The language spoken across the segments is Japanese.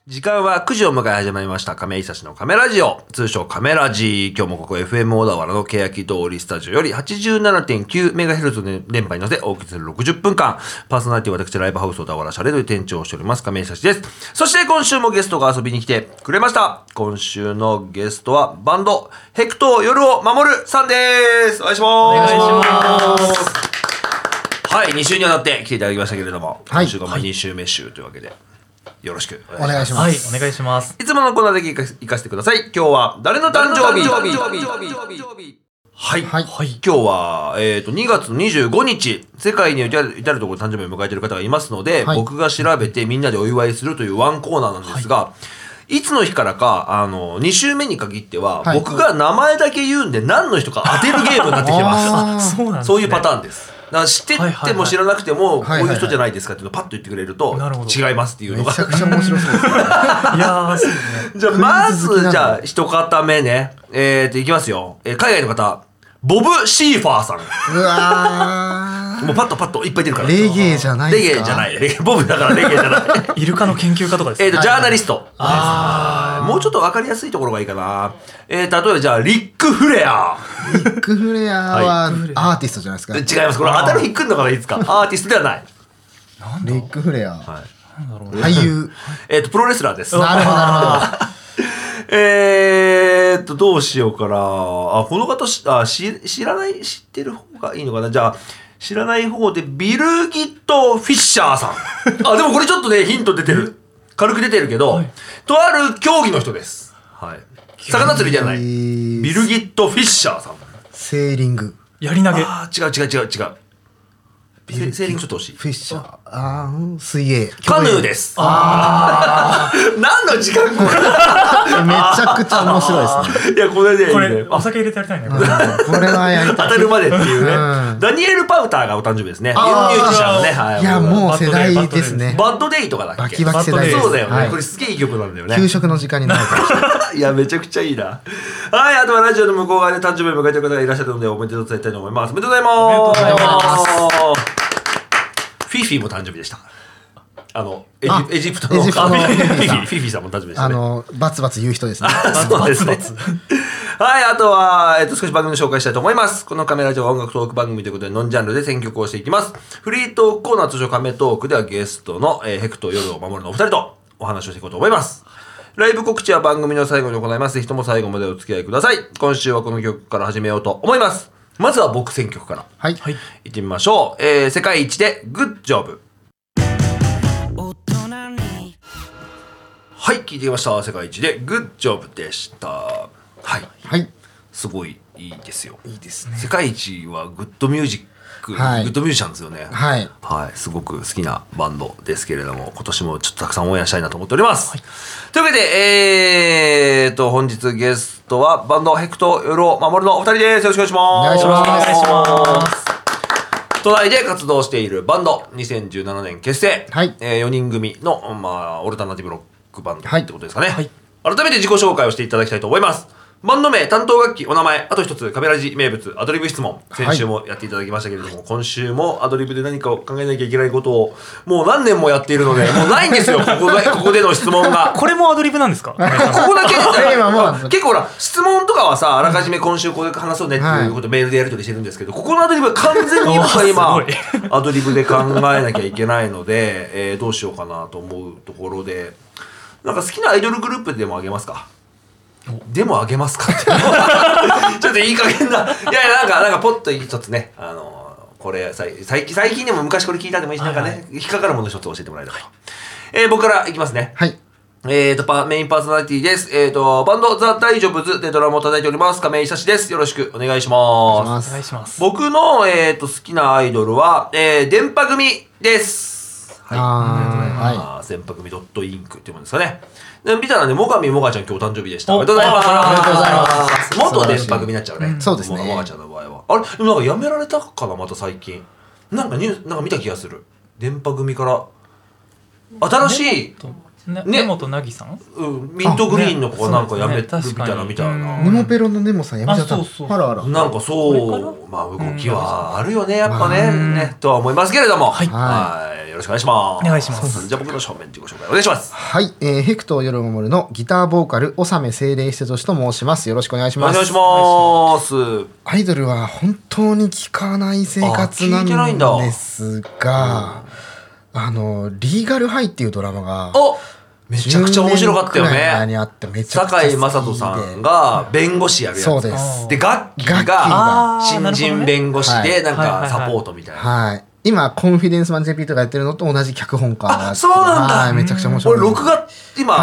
時間は9時を迎え始まりました亀井久志のカメラジオ、通称カメラジ。今日もここ FM 小田原の欅通りスタジオより 87.9MHz の電波に乗せお送りする60分間、パーソナリティは私ライブハウス小田原シャレという店長をしております亀井久志です。そして今週もゲストが遊びに来てくれました。今週のゲストはバンドヘクト夜を守るさんです。お願いします。 お願いします。 はい、2週にわたって来ていただきましたけれども、 はい、 今週が2週目週というわけで、よろしくお願いします。 はい、お願いします。 いつものコーナーだけ行かせてください。今日は誰の誕生日？はい、はい、今日は、2月25日、世界に至るところで誕生日を迎えている方がいますので、はい、僕が調べてみんなでお祝いするというワンコーナーなんですが、はい、いつの日からか2週目に限っては、はい、僕が名前だけ言うんで何の人か当てるゲームになってきてます。 そうなんですね。 そういうパターンです。だから知ってても知らなくてもこういう人じゃないですかっていうのをパッと言ってくれると違いますっていうのがめちゃくちゃ面白そうですね。いやー、そうね。 じゃあまずじゃあ一方目ね、いきますよ。海外の方、ボブ・シーファーさん。 うわもうパッといっぱい出るから。 レゲエじゃないですか。 レゲエじゃない。ボブだからレゲエじゃない。 イルカの研究家とかですか。 ジャーナリスト。もうちょっと分かりやすいところがいいかな。例えばじゃあリック・フレア。 リック・フレアはアーティストじゃないですか。 違います。これ当たる日来るのかないいですか。アーティストではない。 リック・フレア。 はい。 なんだろうね。 俳優。 プロレスラーです。 なるほどなるほど。どうしようかな。この方知ってる方がいいのかな。じゃあ知らない方でビル・ギット・フィッシャーさん。でもこれちょっとねヒント出てる。軽く出てるけど、はい、とある競技の人です。はい。魚釣りじゃない。ビル・ギット・フィッシャーさん。 セーリング。 やり投げ。 違う。セーリングちょっと惜しい。 フィッシャー。水泳。 カヌーです。何の時間これ。 めちゃくちゃ面白いですね。 いやこれでこれお酒入れてやりたいね。 これはやりたい。 当たるまでっていうね。ダニエル・パウターがお誕生日ですね。ミュージシャンのね。 いやもう世代ですね。 バッドデイとかだっけ。 バキバキ世代です。 そうだよね。これすげえいい曲なんだよね。 給食の時間になるから。 いやめちゃくちゃいいな。はい、あとはラジオの向こう側で誕生日を迎えてる方がいらっしゃるのでおめでとう伝えたいと思います。おめでとうございます。 おめでとうございます。 フィフィも誕生日でした。エジプトのフィフィさんも誕生日でしたね。 バツバツ言う人ですね。 そうですね。はい、あとは、少し番組の紹介したいと思います。このカメラ上は音楽トーク番組ということでノンジャンルで選曲をしていきます。フリートークコーナー通称カメトークではゲストの、ヘクト夜を守るのお二人とお話をしていこうと思います。ライブ告知は番組の最後に行います。ぜひとも最後までお付き合いください。今週はこの曲から始めようと思います。まずは僕選曲からはい行ってみましょう。世界一でグッジョブ。はい、聞いてきました。世界一でグッジョブでした。はい、すごいいいですよ。 いいですね。 世界一はグッドミュージック、 はい、 グッドミュージシャンですよね。 はい、 すごく好きなバンドですけれども、今年もちょっとたくさん応援したいなと思っております。というわけで、本日ゲストはバンドヘクト夜を守るのお二人です。よろしくお願いします。 お願いします。 都内で活動しているバンド、2017年結成、4人組の、オルタナティブロックバンドってことですかね。改めて自己紹介をしていただきたいと思います。バンド名、担当楽器、お名前、あと一つカメラジ名物アドリブ質問。先週もやっていただきましたけれども、今週もアドリブで何かを考えなきゃいけないことをもう何年もやっているのでもうないんですよ。ここでの質問が。 これもアドリブなんですか。ここだけ結構ほら質問とかはさ、あらかじめ今週これ話そうねっていうことをメールでやり取りしてるんですけど、ここのアドリブは完全に今アドリブで考えなきゃいけないので、どうしようかなと思うところで、なんか好きなアイドルグループでもあげますか。でもあげますかってちょっといい加減な。いやなんかポッと一つね、これ最近でも昔これ聞いたでもいいし、なんかね引っかかるもの一つ教えてもらえればと。僕からいきますね。 はい。 メインパーソナリティです。バンドザ・大丈夫ズでドラムを叩いております亀井久志です。よろしくお願いします。 お願いします。 僕の好きなアイドルは電波組です。はい。電波組.インクっていうものですかね。見たらね、もがみもがちゃん今日誕生日でした。おめでとうございます。 おめでとうございます。 元電波組になっちゃうね。 そうですね。 もがちゃんの場合は。あれでもなんかやめられたかな、また最近。なんか見た気がする。電波組から新しい根本凪さん、 ミントグリーンの子がなんかやめるみたいな見たな。 ネモペロのネモさんやめちゃった。あらあら。 なんかそう動きはあるよね、やっぱねとは思いますけれども。はい。よろろしくお願いします。 お願いします。 じゃあ僕の正面自己紹介お願いします。 はい、ヘクトー夜を守るのギターボーカル長め精霊施と申します。よろしくお願いします。 お願いします。 アイドルは本当に聴かない生活なんですが、リーガルハイっていうドラマがめちゃくちゃ面白かったよね。 堺雅人さんが弁護士やるやつ。 そうです。 でガッキーが新人弁護士でなんかサポートみたいな。 はい。今コンフィデンスマン JP とかやってるのと同じ脚本家。 あ、そうなんだ。 はい、めちゃくちゃ面白い。 俺録画今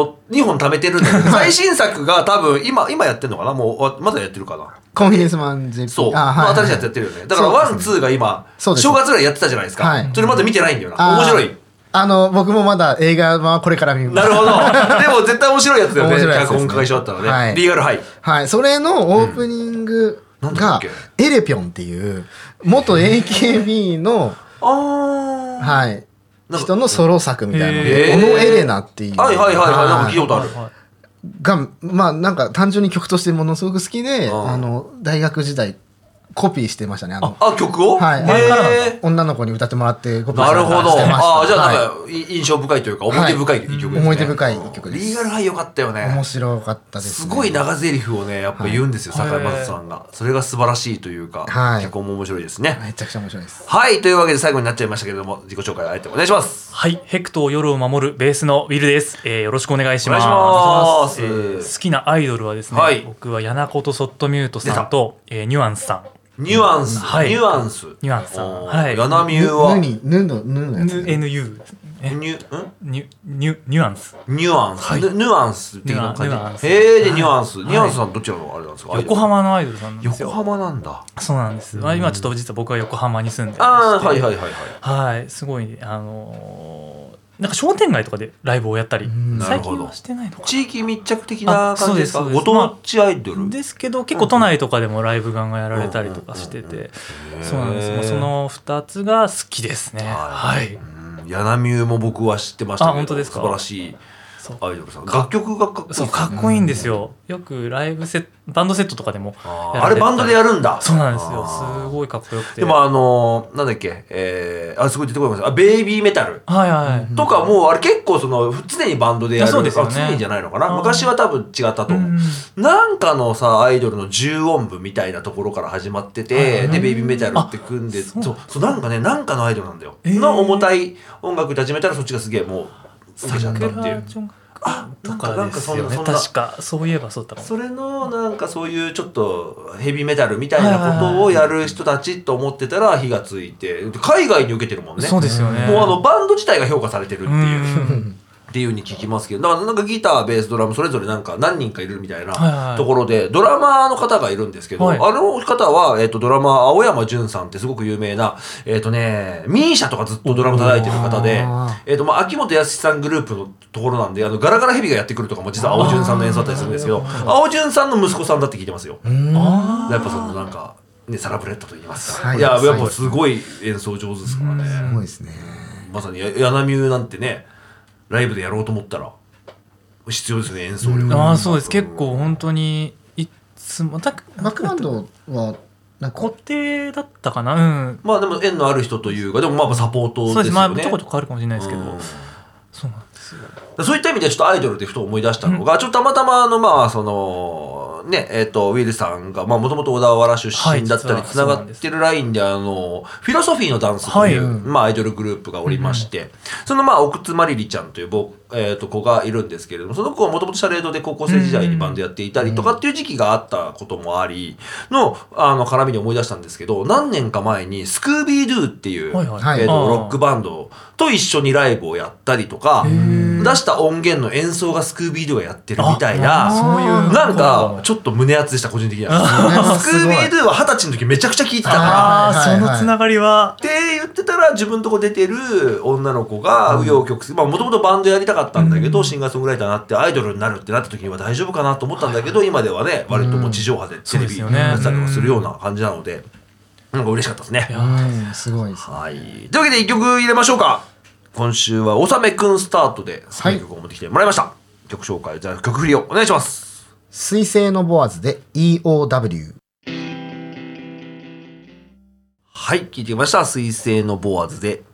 2本貯めてるんだけど、最新作が多分今やってるのかな、もうまだやってるかな。 コンフィデンスマン JP。 そう。新しいやつやってるよね。だからワンツーが今正月ぐらいやってたじゃないですか。それまだ見てないんだよな。面白い。僕もまだ映画はこれから見ます。 なるほど。でも絶対面白いやつだよね。脚本家が一緒だったらね。リーガルハイ。 はい。それのオープニングがエレピョンっていう元 AKB のはい人のソロ作みたいなので、小野エレナっていう、 はいはいはいはい、なんか聞いたことある。 がまあなんか単純に曲としてものすごく好きで、大学時代コピーしてましたね。 曲を？ はい。女の子に歌ってもらってコピーしてました。 なるほど。じゃあなんか印象深いというか思い出深い曲ですね。 思い出深い曲です。 リーガルハイ良かったよね。 面白かったです。 すごい長台詞をねやっぱ言うんですよ、堺雅人さんが。それが素晴らしいというか、脚本も面白いですね。 めちゃくちゃ面白いです。 はい、というわけで最後になっちゃいましたけれども、自己紹介あえてお願いします。 はい、ヘクトー夜を守るベースのウィルです。よろしくお願いします。好きなアイドルはですね、僕はヤナコとソットミュートさんとニュアンスさん。 ニュアンス、 はい、 ニュアンスさん、はい、 ヤナミューはヌのやつ、 NU ニュアンス、 ニュアンス、ニュアンスっていう感じ。でニュアンスさんどちらのあれなんですか？ 横浜のアイドルさんなんですよ。 横浜なんだ。 そうなんです。今ちょっと実は僕は横浜に住んでまして、 はいはいはいはい、すごいなんか商店街とかでライブをやったり、最近はしてないのかな。 地域密着的な感じですか？ご当地アイドルですけど、結構都内とかでもライブガンがやられたりとかしてて、そうなんです。その2つが好きですね。はい。 ヤナミューも僕は知ってましたけど、 本当ですか？ 素晴らしいアイドルさん。楽曲がかっこいい。 そう、かっこいいんですよ。よくライブバンドセットとかでもあれバンドでやるんだ。 そうなんですよ。すごいかっこよくて。 でもなんだっけ、すごい出てこないます。ベイビーメタルとかもあれ結構常にバンドでやる。 そうですよね。 常にじゃないのかな。昔は多分違ったと思う。なんかのさアイドルの重音部みたいなところから始まってて、でベイビーメタルって組んで、そうなんかね、なんかのアイドルなんだよ。の重たい音楽で始めたらそっちがすげえもう受けちゃったっていう。 なんかそんな確かそういえばそうだった。 それのなんかそういうちょっとヘビーメタルみたいなことをやる人たちと思ってたら火がついて、海外に受けてるもんね。 そうですよね。 もうバンド自体が評価されてるっていうっていう風に聞きますけど、だからなんかギターベースドラムそれぞれなんか何人かいるみたいなところで、ドラマーの方がいるんですけど、あの方はドラマー青山純さんってすごく有名なミーシャとかずっとドラム叩いてる方で、秋元康さんグループのところなんで、ガラガラヘビがやってくるとかも実は青純さんの演奏だったりするんですけど、青純さんの息子さんだって聞いてますよ。やっぱなんかね、サラブレッドと言いますか、いややっぱすごい演奏上手ですからね。 すごいですね。 まさにヤナミューなんてね、ライブでやろうと思ったら必要ですね、演奏力。 そうです。結構本当にいつもバックバンドは固定だったかな。 まあでも縁のある人というか、でもまあサポートですよね。 そうです。まあちょこちょこあるかもしれないですけど、そうなんですよ。 そういった意味でちょっとアイドルでふと思い出したのが、ちょっとたまたままあねウィルさんがもともと小田原出身だったりつながってるラインでフィロソフィーのダンスというアイドルグループがおりまして、その奥津まりりちゃんという子がいるんですけれども、その子はもともとシャレードで高校生時代にバンドやっていたりとかっていう時期があったこともありの絡みで思い出したんですけど、何年か前にスクービードゥっていうロックバンドと一緒にライブをやったりとか、出した音源の演奏がスクービードゥがやってるみたいな、なんかちょっと胸熱でした、個人的には。スクービードゥは20歳の時めちゃくちゃ聴いてたから、 そのつながりはって言ってたら、自分のとこ出てる女の子が紆余曲折、もともとバンドやりたかったんだけど、シンガーソングライターになってアイドルになるってなった時には大丈夫かなと思ったんだけど、今ではね割ともう地上波でテレビやってたりとかするような感じなので、なんか嬉しかったですね。 すごいです。 はい。というわけで1曲入れましょうか。今週はおさめくんスタートで3曲を持ってきてもらいました。曲紹介、じゃあ曲振りをお願いします。 水星のボアズで EOW。 はい、聞いてきました。水星のボアズで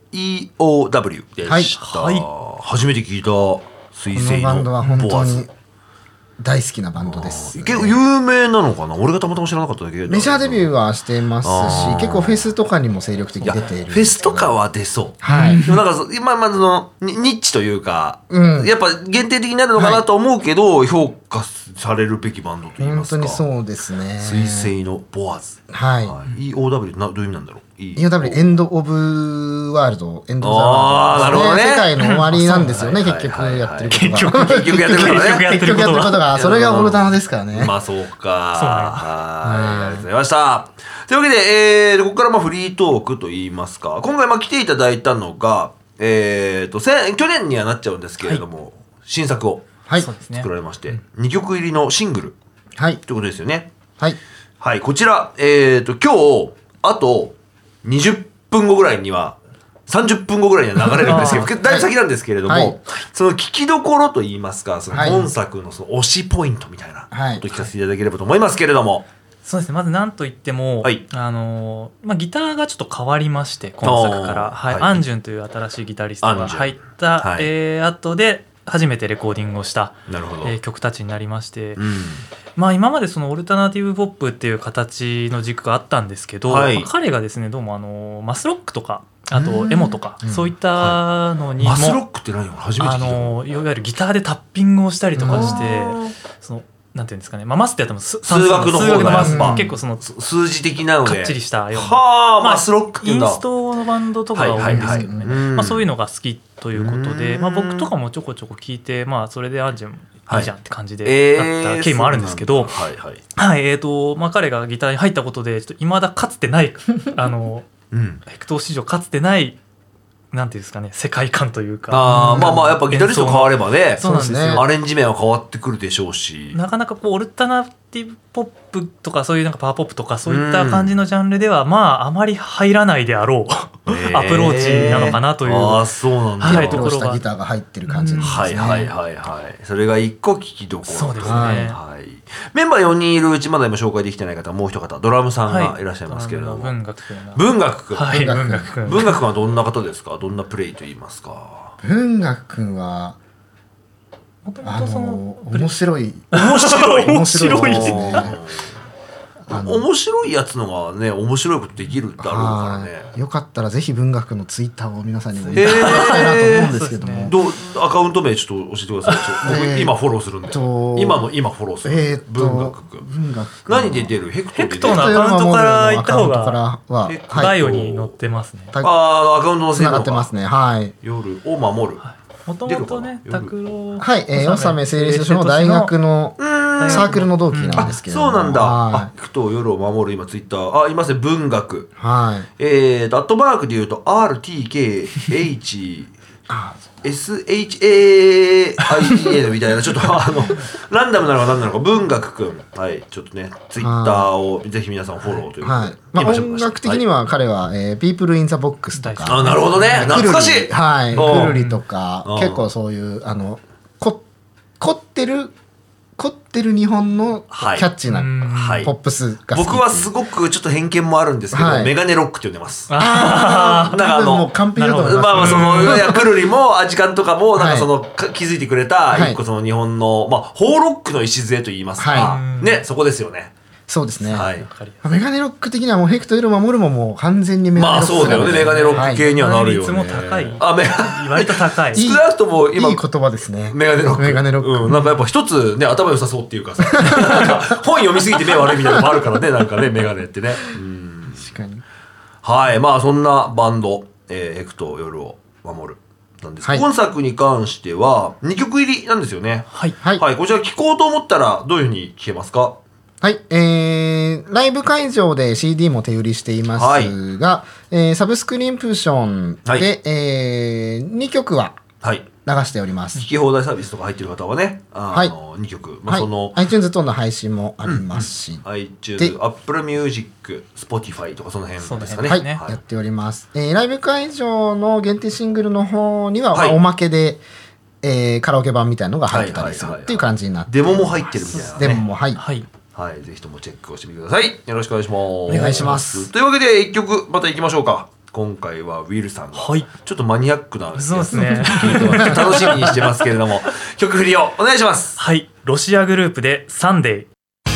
EOW でした、はい、初めて聞いた水星のこのバンドは本当に大好きなバンドです、 ね、結構有名なのかな。俺がたまたま知らなかっただけで。 メジャーデビューはしてますし、結構フェスとかにも精力的に出ている。 フェスとかは出そう、 はい、 でもなんか今までのニッチというか、やっぱ限定的になるのかなと思うけど、評価されるべきバンドといいますか。 本当にそうですね。 水星のボアズ、 はい、 EOW どういう意味なんだろう。 EOW エンドオブワールド、エンドオブザワールド、 世界の終わりなんですよね。結局やってることが結局やってることがそれがオルタナですからね。 まあそうか。ありがとうございました。というわけで、ここからフリートークといいますか、今回来ていただいたのが、去年にはなっちゃうんですけれども、新作を作られまして、2曲入りのシングルということですよね。はい、はい、こちら、今日あと20分後ぐらいには30分後ぐらいには流れるんですけどだいぶ先なんですけれども、はい、その聞きどころといいますか、その本作のその推しポイントみたいなことを聞かせていただければと思いますけれども、 そうですね、まず何といっても、はい、ギターがちょっと変わりまして、今作から、はいはい、アンジュンという新しいギタリストが入った、はい、後で初めてレコーディングをした、曲たちになりまして、今までそのオルタナティブポップっていう形の軸があったんですけど、彼がですね、どうもマスロックとかあとエモとか、そういったのにも、 マスロックって何？初めて聞いた。 いわゆるギターでタッピングをしたりとかして、そのなんていうんですかね、マスってやったら数学の方がマス、結構その数字的なのでかっちりしたような、 マスロックっていうんだ。 インストのバンドとかが多いんですけどね、そういうのが好きということで、僕とかもちょこちょこ聞いて、それでアンジュンいいじゃんって感じでだった経緯もあるんですけど、彼がギターに入ったことで、ちょっと未だかつてないヘクトー史上かつてないなんていうんですかね、世界観というか、 やっぱギタリスト変わればね、 そうなんですよ、 アレンジ面は変わってくるでしょうし、 なかなかこうオルタナティブポップとかそういうなんかパワーポップとかそういった感じのジャンルではあまり入らないであろうアプローチなのかなという、 そうなんだ、 はい、ところがギターが入ってる感じですね。 それが一個聞きどころ。 そうですね。 メンバー4人いるうちまだ今紹介できてない方はもう一方ドラムさんがいらっしゃいますけれども、 文学君文学君はどんな方ですか？どんなプレイと言いますか？ 文学君は面白いですね。 面白いやつのがね、面白いことできるだろうからね。 よかったらぜひ文学のツイッターを皆さんにも見ていただきたいなと思うんですけども、 アカウント名ちょっと教えてください。僕今フォローするんで、今フォローする文学君。何で出る？ヘクトのアカウントから行った方がバイオに載ってますね。 アカウントのつながってますね。はい。 夜を守る。 もともとね、拓郎、 納め整理書の大学のサークルの同期なんですけど、 そうなんだ。ヘクト夜を守る、今ツイッターいますね。文学、アットマークで言うと RTKH SHAIEN みたいな、ちょっとランダムなのか何なのか、文学くん、ちょっとねツイッターをぜひ皆さんフォローということで、 音楽的には彼はPeople in the Box とか、 なるほどね、懐かしい、 くるりとか、結構そういう凝ってる日本のキャッチーなポップスが好き。 僕はすごくちょっと偏見もあるんですけど、メガネロックって呼んでます。 なんかもう完璧だと思います。 そのくるりもアジカンとかもなんかその気づいてくれた一個その日本のホーロックの礎といいますかね、そこですよね。 そうですね。メガネロック的にはもうヘクト夜守るももう完全にメガネロック。 そうだよね、メガネロック系にはなるよね。 率も高い。割と高い。 少なくとも今いい言葉ですね。 メガネロック。 メガネロック。 なんかやっぱ一つね、頭良さそうっていうかさ、本読みすぎて目悪いみたいなのもあるからね、なんかね、メガネってね。 確かに。 はい、そんなバンド、ヘクト夜を守るなんです。今作に関しては2曲入りなんですよね。はい。こちら聴こうと思ったらどういうふうに聴けますか？ はい、ライブ会場で CD も手売りしていますが、サブスクリプションで、2曲は流しております。 聴き放題サービスとか入ってる方はね、2曲、 iTunes 等の配信もありますし、 iTunes、Apple Music、Spotify とかその辺ですかね。 やっております。ライブ会場の限定シングルの方には、おまけでカラオケ版みたいなのが入ってたりするっていう感じになって、 デモも入ってるみたいなね。 デモもぜひともチェックをしてみてください。よろしくお願いします。 お願いします。 というわけで1曲またいきましょうか。 今回はウィルさんが、 はい、 ちょっとマニアックなそうですね楽しみにしてますけれども曲振りをお願いします。 はい、ロシアグループでサンデー。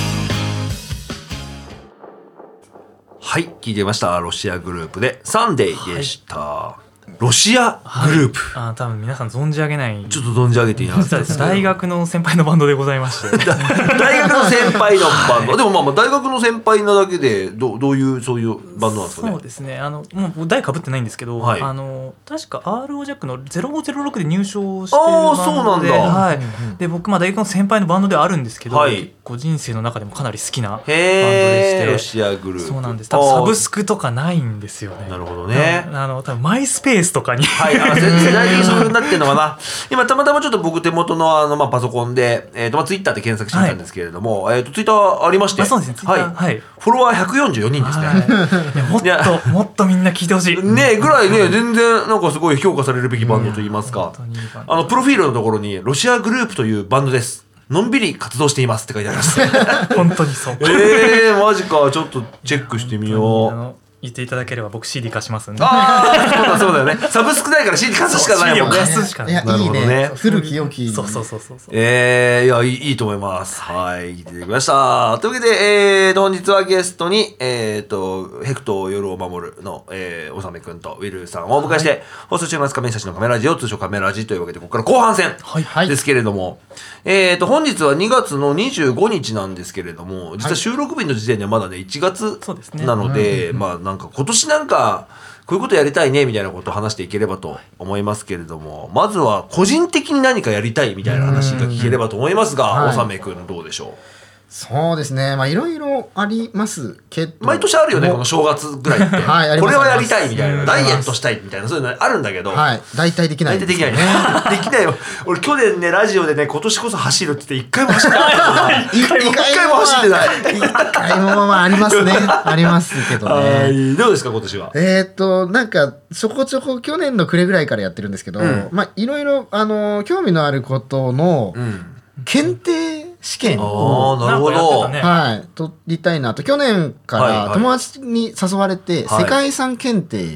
はい、聞いてました。ロシアグループでサンデーでした、はい、ロシアグループ、 はい、多分皆さん存じ上げない。 ちょっと存じ上げています。 大学の先輩のバンドでございまして大学の先輩のバンドでもまあ大学の先輩なだけでどういうそういうバンドなんですかね。 そうですね、もう代かぶってないんですけど、はい、確か RO ジャックの0506で入賞してるバンドで、 そうなんだ、 はい、で僕大学の先輩のバンドではあるんですけど、はい、結構人生の中でもかなり好きなバンドでして、 ロシアグループ。 そうなんです。多分サブスクとかないんですよね。 なるほどね。 多分マイスペースとかにはい、世代的にそういう風になってるのかな。今たまたまちょっと僕手元のパソコンでツイッターで検索してみたんですけれども、ツイッターありまして、 そうですね、 はい、はい、フォロワー144人ですね。 はい、もっとみんな聞いてほしいねぐらいね、全然なんかすごい評価されるべきバンドと言いますか、プロフィールのところにロシアグループというバンドです。のんびり活動していますって書いてあります。 本当にそう。 マジか、ちょっとチェックしてみよう。 言っていただければ僕 CD 貸しますんで。 そうだよね。サブスクないから CD 貸すしかないもんね。 CD を貸すしかない。 いや、いいね。古き良き。 そう。 いや、いいと思います。はい、聞いていただきました。というわけで、本日はゲストに、ヘクトー夜を守るの、おさめくんとウィルさんをお迎えして、はい、放送中の仮面写真のカメラジオ、通称カメラジというわけで、ここから後半戦ですけれども、本日は2月の25日なんですけれども、実は収録日の時点ではまだね、1月なので、まあ、なんか今年なんかこういうことやりたいねみたいなことを話していければと思いますけれども、まずは個人的に何かやりたいみたいな話が聞ければと思いますが、おさめくんどうでしょう。 そうですね、まあいろいろありますけど、 毎年あるよね、この正月ぐらいって、はい、これはやりたいみたいな、ダイエットしたいみたいな、そういうのあるんだけど、 はい、大体できないです、ね、 大体できないね。できないよ。俺去年ねラジオでね、今年こそ走るって言って一回も走ってない一回も走ってない一回もまあありますねありますけどね。 どうですか今年は。 なんかちょこちょこ去年の暮れぐらいからやってるんですけど、まあいろいろ興味のあることの検定試験を、 なるほど、 はい、取りたいなと。去年から友達に誘われて世界遺産検定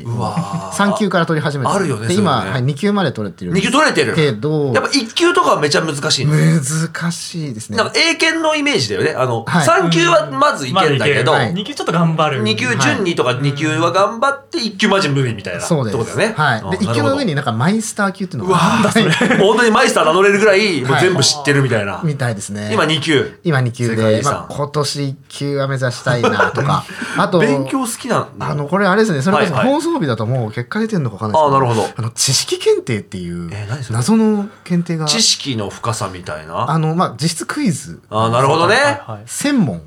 3級から取り始めて、 あるよね。 で今、はい、2級まで取れてる。 2級取れてるけど、 やっぱ1級とかはめちゃ難しい。 難しいですね。 なんか英検のイメージだよね。3級はまずいけんだけど、 2級ちょっと頑張る。 2級準2とか2級は頑張って1級マジ無理みたいな。 そうです。 だよね。 はい。で1級の上になんかマイスター級っていうのが、 本当にマイスター名乗れるぐらいもう全部知ってるみたいな。 みたいですね。 今2級。 今2級で、今年1級は目指したいなとか、あと勉強好きなんだ。 これあれですね、それこそ放送日だともう結果出てるのか分かんないですけど、 なるほど。 知識検定っていう謎の検定が、 知識の深さみたいな、 まあ実質クイズ。 なるほどね。 1000問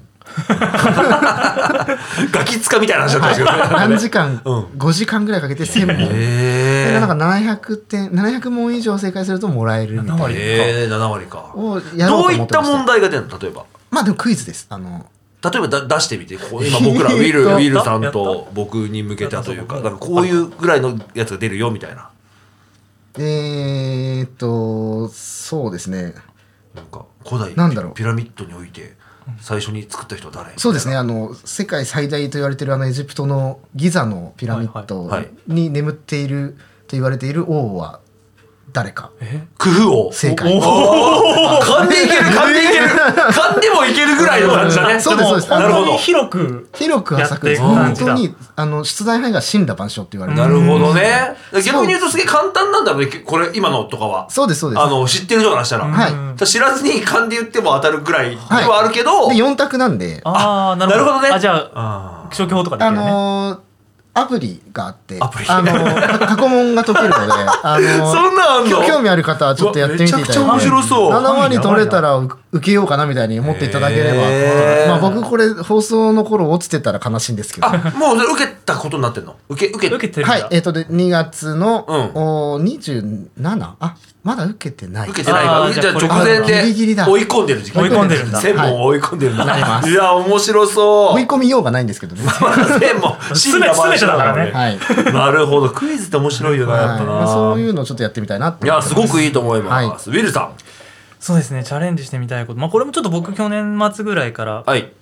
ガキ使みたいな話だったんですけど、 何時間、5時間ぐらいかけて1000問で、なんか700問以上正解するともらえるみたいな。 7割か。 をやろうと思ってました。 どういった問題が出るの。例えばまあでもクイズです。 例えば出してみて、今僕らウィルさんと僕に向けたというか、なんかこういうぐらいのやつが出るよみたいな。 そうですね。 なんか古代ピラミッドにおいて最初に作った人は誰？ そうですね。世界最大と言われているエジプトのギザのピラミッドに眠っていると言われている王は誰か。 クフ王。 正解。 勘でいける勘でもいけるぐらいの感じだね。 そうですそうです。 なるほど。広く浅く本当に出題範囲が神羅万象って言われてる。 なるほどね。逆に言うとすげえ簡単なんだろうね、これ今のとかは。 そうですそうです。 知ってる人からしたら、はい、知らずに勘で言っても当たるぐらいではあるけど、 で4択なんで。 なるほどね。じゃあ気象警報とかできるね。 アプリがあって過去問が解けるので、 そんなんあんの？ 興味ある方はちょっとやってみていただいて、 めちゃくちゃ面白そう。 7割取れたら受けようかなみたいに思っていただければ、まあ僕これ放送の頃落ちてたら悲しいんですけど。 もう受けたことになってんの？受けてるんだ。 はい。で2月の27？まだ受けてない。 受けてないから、じゃあ直前で追い込んでる時期。 追い込んでるんだ。 1000問追い込んでるんだ。いや面白そう。 追い込みようがないんですけどね。 1000問全てだからね。 はい。 なるほど。クイズって面白いよな、やっぱな。 そういうのをちょっとやってみたいなって。 いやすごくいいと思います。ウィルさん。 そうですね、チャレンジしてみたいこと、これもちょっと僕去年末ぐらいから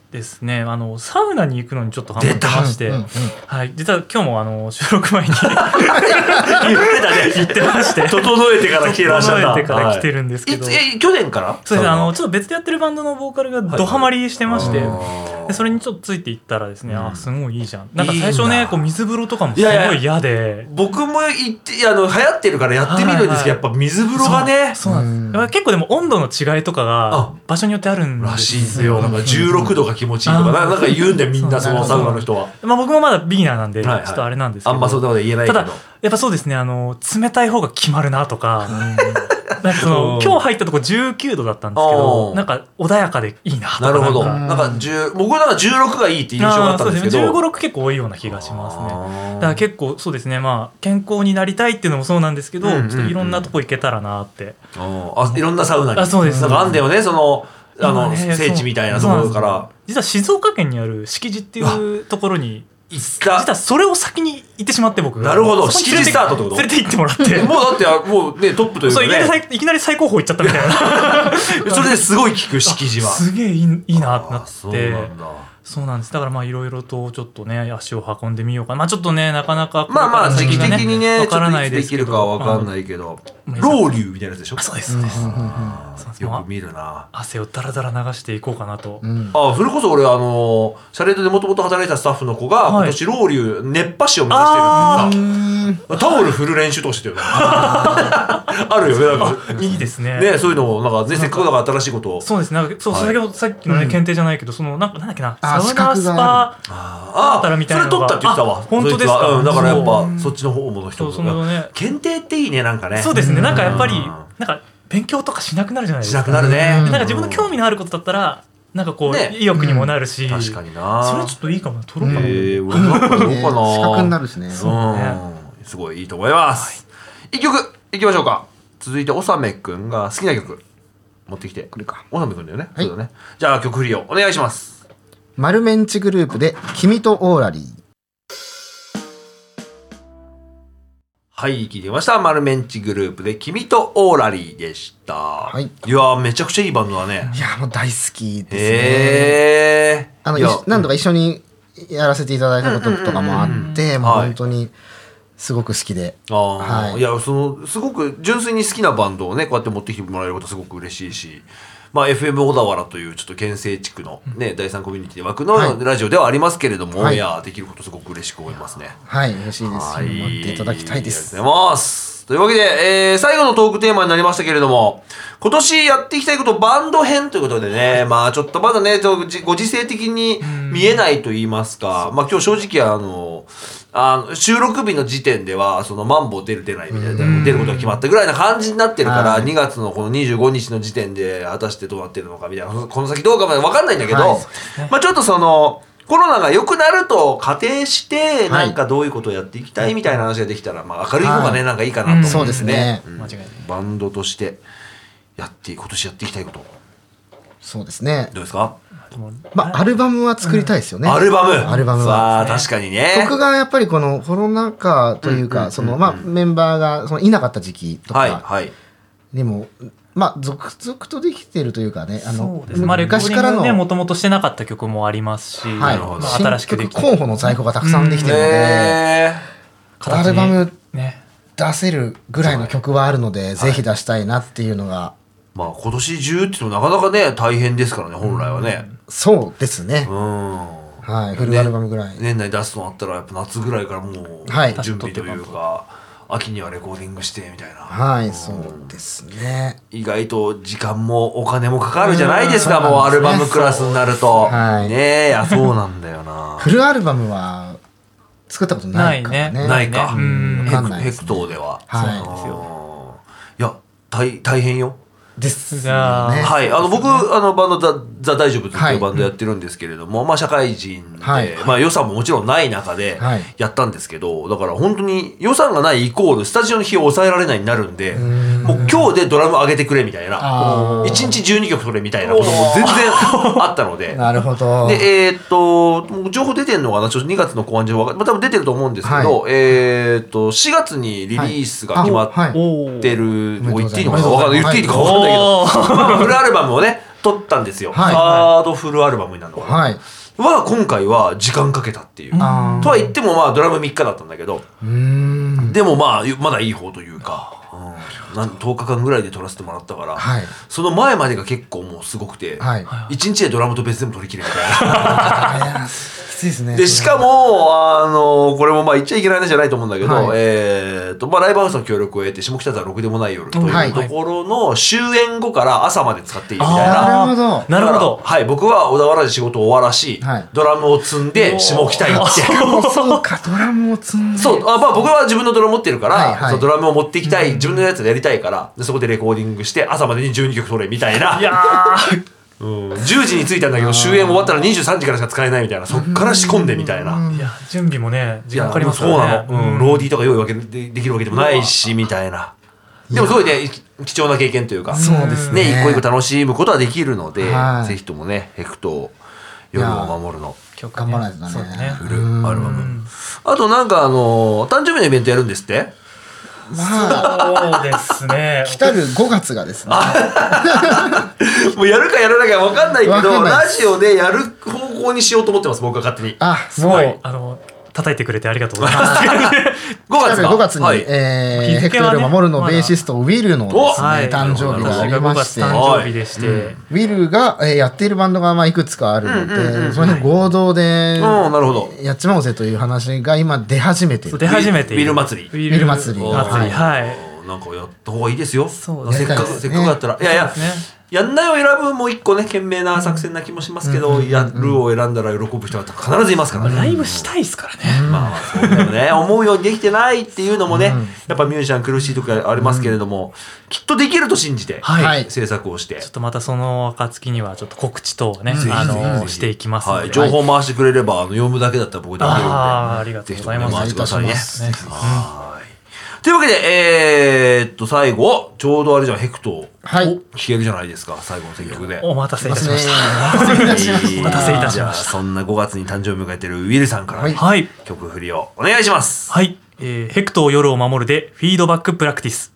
ですね、サウナに行くのにちょっとハマってまして、はい、実は今日も収録前に言ってたね、言ってまして、 整えてから来てらっしゃった。 整えてから来てるんですけど、 去年から？ そうですね、ちょっと別でやってるバンドのボーカルがドハマりしてまして、でそれにちょっとついていったらですね、すごいいいじゃん。なんか最初ね、こう水風呂とかもすごい嫌で、 僕も行って流行ってるからやってみるんですけど、やっぱ水風呂がね、 そうなんです。結構でも温度の違いとかが場所によってあるんですよ。 らしいですよ。なんか16度が気持ちいいとかなんか言うんで、みんなそのサウナの人は。 まあ僕もまだビギナーなんでちょっとあれなんですけど、 あんまそういうこと言えないけど、 ただやっぱそうですね、冷たい方が決まるなとか、なんか今日入ったとこ19度だったんですけど、なんか穏やかでいいなとか。 なるほど。なんか僕はなんか16がいいって印象があったんですけど、 15、6結構多いような気がしますね。だから結構そうですね、まあ健康になりたいっていうのもそうなんですけど、ちょっといろんなとこ行けたらなって。 いろんなサウナに。 そうです。 なんかあんだよね、その聖地みたいなところから。 実は静岡県にある敷地っていうところに実はそれを先に行ってしまって、僕なるほど、敷地スタートってこと？ 連れて行ってもらって、 もうだってもうねトップというかね、 いきなり最高峰行っちゃったみたいなそれですごい効く敷地はすげえいいなってなって。 そうなんです。だからまあいろいろとちょっとね足を運んでみようかな。まあちょっとねなかなかまあ時期的にねわからないですけど、できるかはわかんないけど、ロウリュみたいなやつでしょ。 そうです。 よく見るな。 汗をダラダラ流していこうかなと。 それこそ俺シャレードでもともと働いたスタッフの子が今年ロウリュ熱波師を目指してるってさ、タオル振る練習とかしてるよね。あるよね。 いいですね。 ね、そういうのをなんかね、せっかくだから新しいことを。 そうですね。なんかそう先ほどさっきのね検定じゃないけど、そのなんだっけな、サウナスパだったらみたいなのが。 それ取ったって言ってたわ。 本当ですか？ だからやっぱそっちの方の人もね。 検定っていいね、なんかね。 そうですね。なんかやっぱりなんか勉強とかしなくなるじゃないですか。 しなくなるね。 なんか自分の興味のあることだったらなんかこう意欲にもなるし、 確かにな。 それちょっといいかも。取ろうかな。 俺なんかどうかな。資格になるしね。 すごいいいと思います。一曲いきましょうか。続いておさめくんが好きな曲持ってきてくれか。おさめくんだよね。そうだね。じゃあ曲振りをお願いします。 マルメンチグループで君とオーラリー。 はい、聞いてました。マルメンチグループで君とオーラリーでした。はい。いやめちゃくちゃいいバンドだね。 いやもう大好きですね。何度か一緒にやらせていただいたこととかもあって、もう本当にすごく好きで。 いやすごく純粋に好きなバンドをねこうやって持ってきてもらえることすごく嬉しいし。まあ、FM 小田原というちょっと県西地区の、ね第3コミュニティ枠のラジオではありますけれども、オンエアできることすごく嬉しく思いますね。 はい、嬉しいです。持っていただきたいです。 ありがとうございます。というわけで、最後のトークテーマになりましたけれども、今年やっていきたいことバンド編ということでね、まあちょっとまだねご時世的に見えないと言いますか、まあ今日正直収録日の時点ではそのマンボウ出る出ないみたいな出ることが決まったぐらいな感じになってるから、2月のこの25日の時点で果たしてどうなってるのかみたいな、この先どうかまで分かんないんだけど、まあちょっとコロナが良くなると仮定してなんかどういうことをやっていきたいみたいな話ができたら、まあ明るい方がねなんかいいかなと思うんですね。バンドとして今年やっていきたいこと。 そうですね。 どうですか？ まあアルバムは作りたいですよね。 アルバムは確かにね。 曲がやっぱりこのコロナ禍というかメンバーがいなかった時期とかにもまあ続々とできてるというかね、 昔からのもともとしてなかった曲もありますし、 新しくできて候補の在庫がたくさんできてるので、アルバム出せるぐらいの曲はあるので、ぜひ出したいなっていうのが。 まあ今年中っていうのはなかなかね大変ですからね、本来はね。 そうですね。はい、フルアルバムぐらい年内出すのあったらやっぱ夏ぐらいからもう準備というか、秋にはレコーディングしてみたいな。 はい、そうですね。 意外と時間もお金もかかるじゃないですか、もうアルバムクラスになると。ねえ、いやそうなんだよな。 フルアルバムは作ったことないからね。 ないか。ヘクトーでは。 そうなんですよ。 いや大変よ。 ですね。 はい、僕バンドザ大丈夫というバンドやってるんですけれども、まあ社会人で、まあ予算ももちろんない中でやったんですけど、だから本当に予算がないイコールスタジオの費を抑えられないになるんで、もう今日でドラム上げてくれみたいな、1日12曲取れみたいなことも全然あったので。 なるほど。 で情報出てんのかな、ちょっと2月の後半情報が多分出てると思うんですけど、4月にリリースが決まってる、言っていいのかな、言っていいのか分かんないけどフルアルバムをね撮ったんですよ、 はい、 サードフルアルバムになるのかな、 はい、 今回は時間かけたっていう、とは言ってもまあドラム3日だったんだけど、でもまあまだいい方というか、10日間ぐらいで撮らせてもらったから、はい、その前までが結構もうすごくて、はい、1日でドラムとベース全部撮り切れみたいなきついですね。 でしかもこれもまあ言っちゃいけない話じゃないと思うんだけど、はい、まあ、ライブハウスの協力を得て下北沢ろくでもない夜というところの終演後から朝まで使っていいみたいな。 なるほど。 はい、僕は小田原で仕事を終わらし、はい、ドラムを積んで下北行ってそうか、ドラムを積んで、 そう、まあ、僕は自分のドラム持ってるから、はいはい、そうドラムを持っていきたい、自分のやつでやりたいからでそこでレコーディングして朝までに12曲取れみたいな。いや10時に着いたんだけど終演終わったら23時からしか使えないみたいな、そっから仕込んでみたいな。 いや準備もね時間かかりますからね。 そうなの、ローディーとか用意できるわけでもないしみたいな。でもすごいね貴重な経験というか、 そうですね、 一個一個楽しむことはできるので、ぜひともねヘクト夜を守るの頑張らないとね、 フルアルバム。あとなんか誕生日のイベントやるんですって。 そうですね。 来たる5月がですね。 もうやるかやらなきゃ分かんないけど、ラジオでやる方向にしようと思ってます、僕は勝手に。 すごい。叩いてくれてありがとうございます。 5月に、ヘクト夜を守るのベーシストウィルのですね、誕生日がありまして、 誕生日でして、 ウィルがやっているバンドがいくつかあるので、その辺合同でやっちまおうぜという話が今出始めている。 ウィル祭り。 ウィル祭り。 はい。 なんかやった方がいいですよ。せっかくだったら。いやいや、やんないを選ぶも一個ね賢明な作戦な気もしますけど、やるを選んだら喜ぶ人は必ずいますからね。 ライブしたいですからね。 まあそうだよね。思うようにできてないっていうのもね、やっぱミュージシャン苦しい時ありますけれども、きっとできると信じて制作をして、 ちょっとまたその暁にはちょっと告知等をねしていきますので、 情報回してくれれば読むだけだったら僕できるんで、 ありがとうございます。 回してくださいね。というわけで、最後、ちょうどあれじゃん、ヘクトを聴けるじゃないですか、最後の選曲で。 お待たせいたしました。お待たせいたしました。じゃあ、 そんな5月に誕生日を迎えているウィルさんから、曲振りをお願いします。 はい。ヘクトを夜を守るで、フィードバックプラクティス。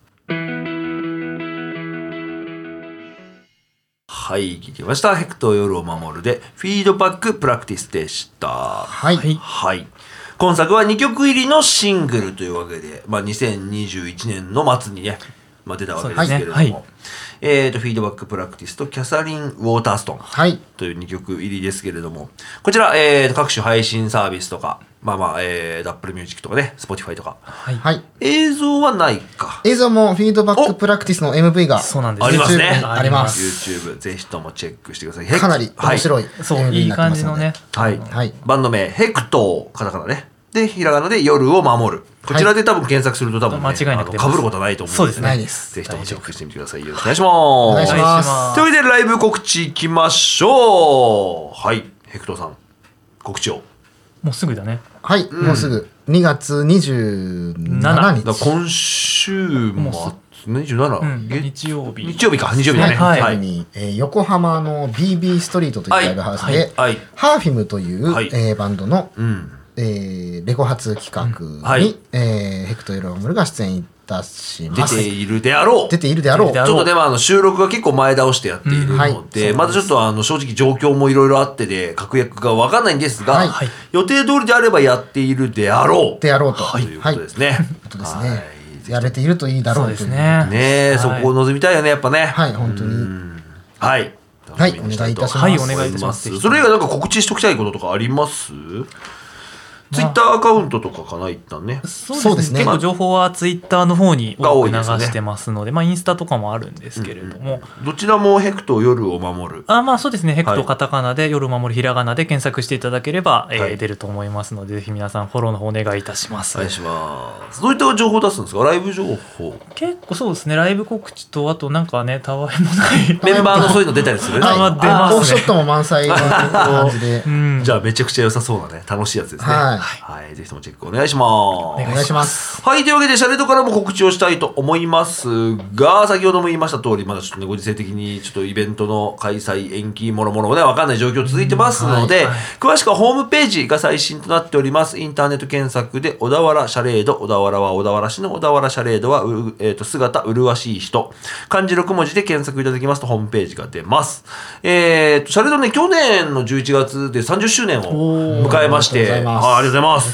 はい、聞きました。ヘクトを夜を守るで、フィードバックプラクティスでした。 はい。 はい。今作は2曲入りのシングルというわけで、2021年の末にね、出たわけですけれども、フィードバックプラクティスとキャサリン・ウォーターストンという2曲入りですけれども、こちら、各種配信サービスとか、Apple Music とかね、Spotify とか、映像はないか。 映像もフィードバックプラクティスの MV がありますね。 あります。 YouTube ぜひともチェックしてください。 かなり面白い。 いい感じのね。 バンド名、ヘクトー、カタカナね。で、ひらがなで夜を守る。こちらで多分検索すると多分ね、 間違いなく被ることはないと思うそうですね。 ぜひともチェックしてみてください。よろしくお願いします。お願いします。 というわけでライブ告知いきましょう。はい、ヘクトーさん、告知を。 もうすぐだね。 はい、もうすぐ。2月27日。 今週も27、 日曜日。 日曜日だね。 はい。横浜の BB ストリートというライブハウスで、ハーフィムというバンドのレコ発企画にヘクト夜を守るが出演いたします。 出ているであろう。 ちょっとね、収録が結構前倒してやっているので、まだちょっと正直状況もいろいろあってで確約が分かんないんですが、予定通りであればやっているであろうということですね。 やれているといいだろうというね。そこを望みたいよね、やっぱね。 はい、本当に。 はい。 お願いいたします。 はい、お願いいたします。 それ以外なんか告知しときたいこととかあります？ツイッターアカウントとかかな、一旦ね。 そうですね。結構情報はツイッターの方に多く流してますので、インスタとかもあるんですけれども、 どちらもヘクト夜を守る。 そうですね。ヘクトカタカナで夜を守るひらがなで検索していただければ出ると思いますので、ぜひ皆さんフォローの方お願いいたします。 お願いします。どういった情報出すんですか？ライブ情報。 結構そうですね。ライブ告知とあとなんかね、たわいもないメンバーのそういうの出たりする？ 出ますね。オフショットも満載な感じで。 じゃあめちゃくちゃ良さそうなね、楽しいやつですね。 ははい、ぜひともチェックお願いします。 お願いします。 はい、というわけでシャレードからも告知をしたいと思いますが、先ほども言いました通り、まだちょっとね、ご時世的にちょっとイベントの開催延期もろもろね、わかんない状況続いてますので、詳しくはホームページが最新となっております。インターネット検索で小田原シャレード、小田原は小田原市の小田原シャレードは姿麗しい人、漢字6文字で検索いただきますとホームページが出ます。シャレードね、去年の11月で30周年を迎えまして、ありがとうございます。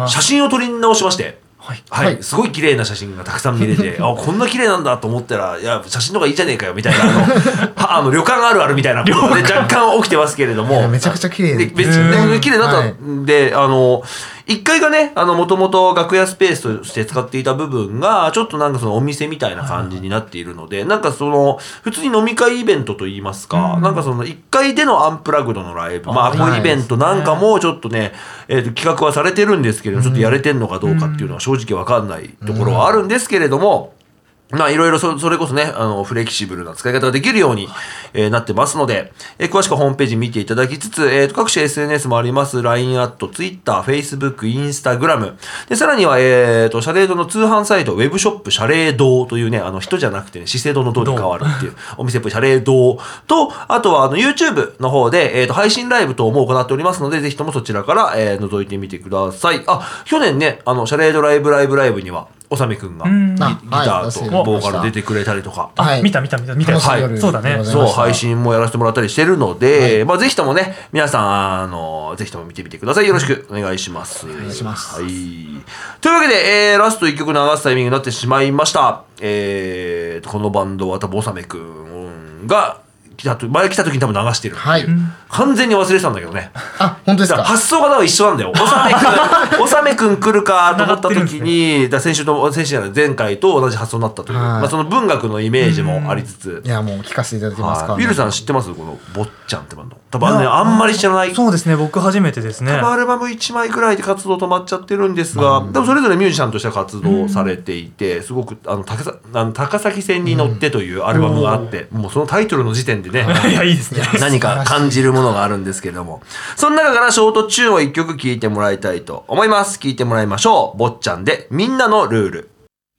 写真を撮り直しまして、はい、すごい綺麗な写真がたくさん見れて、こんな綺麗なんだと思ったら、いや写真の方がいいじゃねえかよみたいな旅館あるあるみたいなことが、ね、若干起きてますけれども、 めちゃくちゃ綺麗で別に綺麗になったんで、1階がね、もともと楽屋スペースとして使っていた部分が、ちょっとなんかそのお店みたいな感じになっているので、なんかその、普通に飲み会イベントといいますか、なんかその1階でのアンプラグドのライブ、アコイベントなんかもちょっとね、企画はされてるんですけれども、ちょっとやれてんのかどうかっていうのは正直わかんないところはあるんですけれども、いろいろそれこそね、フレキシブルな使い方ができるように、なってますので、詳しくはホームページ見ていただきつつ、各種 SNS もあります。LINE アット、Twitter、Facebook、Instagram。で、さらには、シャレードの通販サイト、ウェブショップ、シャレードというね、人じゃなくてね、資生堂の堂に変わるっていう、お店っぽいシャレードと、あとは、YouTube の方で、配信ライブ等も行っておりますので、ぜひともそちらから、覗いてみてください。去年ね、シャレードライブには、おさめくんがギターとボーカル出てくれたりとか、 見たそうだね、 そう配信もやらせてもらったりしてるので、ぜひともね皆さんぜひとも見てみてください。よろしくお願いします。 お願いします。 はい。というわけで、ラスト1曲流すタイミングになってしまいました。このバンドは多分おさめくんが前来た時に多分流してる、完全に忘れてたんだけどね。 本当ですか。 発想が多分一緒なんだよ。おさめくん来るかと思った時に、先週じゃない前回と同じ発想になったという、その文学のイメージもありつつ、 いやもう聞かせていただきますか。 ウィルさん知ってます？この坊ちゃんってバンド。多分ねあんまり知らない。 そうですね、僕初めてですね。 多分アルバム1枚ぐらいで活動止まっちゃってるんですが、でもそれぞれミュージシャンとして活動されていて、すごく高崎線に乗ってというアルバムがあって、もうそのタイトルの時点でね、 いやいいですね。 何か感じるものがあるんですけれども、その中からショートチューンを1曲聴いてもらいたいと思います。聴いてもらいましょう。坊ちゃんでみんなのルール。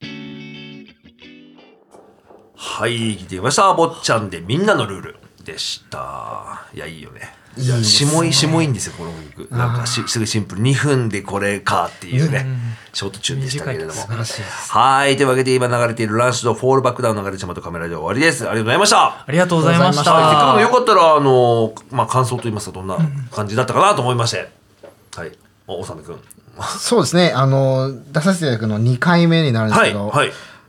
はい、聴いてみました。坊ちゃんでみんなのルールでした。いやいいよね。しもいんですよこの曲。なんかすぐシンプル2分でこれかっていうね、ショートチューンでしたけれども。はい、というわけで今流れているランシュとフォールバックダウン流れてしまうとカメラで終わりです。ありがとうございました。 ありがとうございました。せっかくのよかったら感想と言いますかどんな感じだったかなと思いまして。はい、おさめくん。 そうですね、出させていただくの2回目になるんですけど、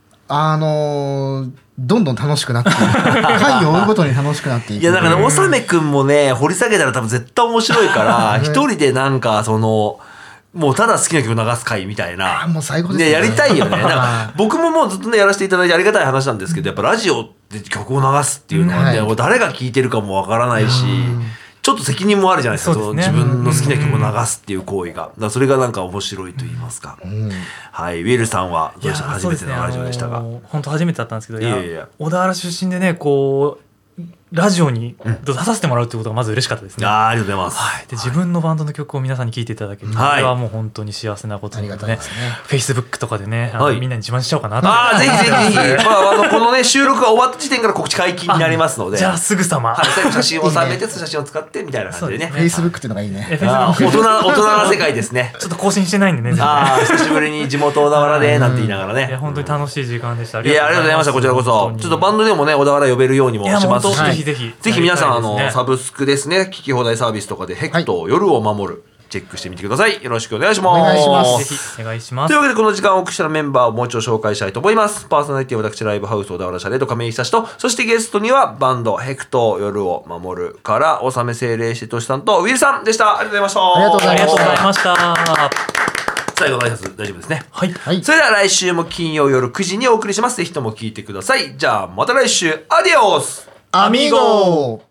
どんどん楽しくなって回を追うごとに楽しくなっていく。 いやだからおさめくんもね掘り下げたら多分絶対面白いから一人でなんかもうただ好きな曲流す回みたいなもう最高ですね。 やりたいよね。なんか僕ももうずっとねやらせていただいてありがたい話なんですけど、やっぱラジオで曲を流すっていうのはね、誰が聴いてるかもわからないし、ちょっと責任もあるじゃないですか。その自分の好きな曲を流すっていう行為が、だからそれがなんか面白いと言いますか。はい、ウィルさんはどうでしたか？初めてのラジオでしたが。 本当初めてだったんですけど、小田原出身でねこうラジオに出させてもらうということがまず嬉しかったですね。 ありがとうございます。 で自分のバンドの曲を皆さんに聴いていただける、これはもう本当に幸せなことなのでね。Facebook とかでねみんなに自慢しちゃおうかなと。 ぜひぜひこのね収録が終わった時点から告知解禁になりますので、 じゃあすぐさま写真を収めて写真を使ってみたいな感じでね。 Facebook っていうのがいいね。 大人な世界ですね。 ちょっと更新してないんでね。 久しぶりに地元小田原でなんて言いながらね。 本当に楽しい時間でした。 いやありがとうございました。こちらこそちょっとバンドでもね小田原呼べるようにもしますし、ぜひ皆さんサブスクですね、聞き放題サービスとかでヘクト夜を守るチェックしてみてください。よろしくお願いします。 お願いします。 ぜひお願いします。 というわけでこの時間をお送りしたメンバーをもう一度紹介したいと思います。パーソナリティは私ライブハウス小田原シャレード亀井久志と、そしてゲストにはバンドヘクト夜を守るからおさめ精霊しとしさんとウィルさんでした。ありがとうございました。 ありがとうございました。 最後の挨拶大丈夫ですね。 はい。 それでは来週も金曜夜9時にお送りします。ぜひとも聞いてください。じゃあまた来週。アディオスアミーゴ。